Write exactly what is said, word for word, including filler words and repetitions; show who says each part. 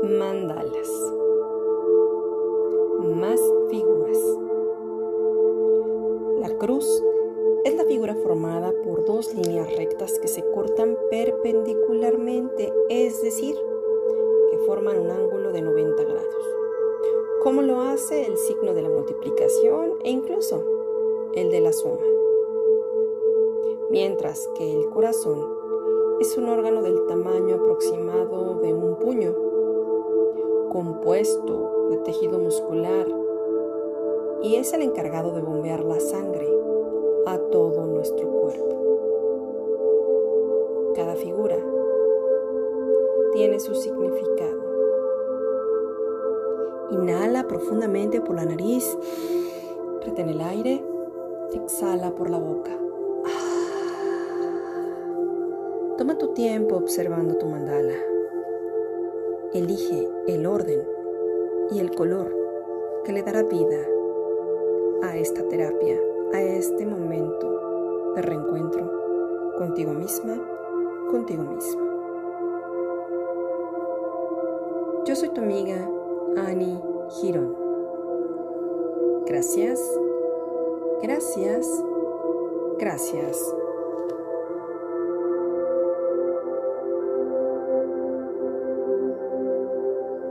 Speaker 1: Mandalas. Más figuras. La cruz es la figura formada por dos líneas rectas que se cortan perpendicularmente, es decir, que forman un ángulo de noventa grados, como lo hace el signo de la multiplicación e incluso el de la suma. Mientras que el corazón es un órgano del tamaño aproximado de un puño, compuesto de tejido muscular, y es el encargado de bombear la sangre a todo nuestro cuerpo. Cada figura tiene su significado. Inhala profundamente por la nariz, retén el aire, exhala por la boca. Toma tu tiempo observando tu mandala. Elige el orden y el color que le dará vida a esta terapia, a este momento de reencuentro contigo misma, contigo mismo. Yo soy tu amiga Ani Girón. Gracias, gracias, gracias.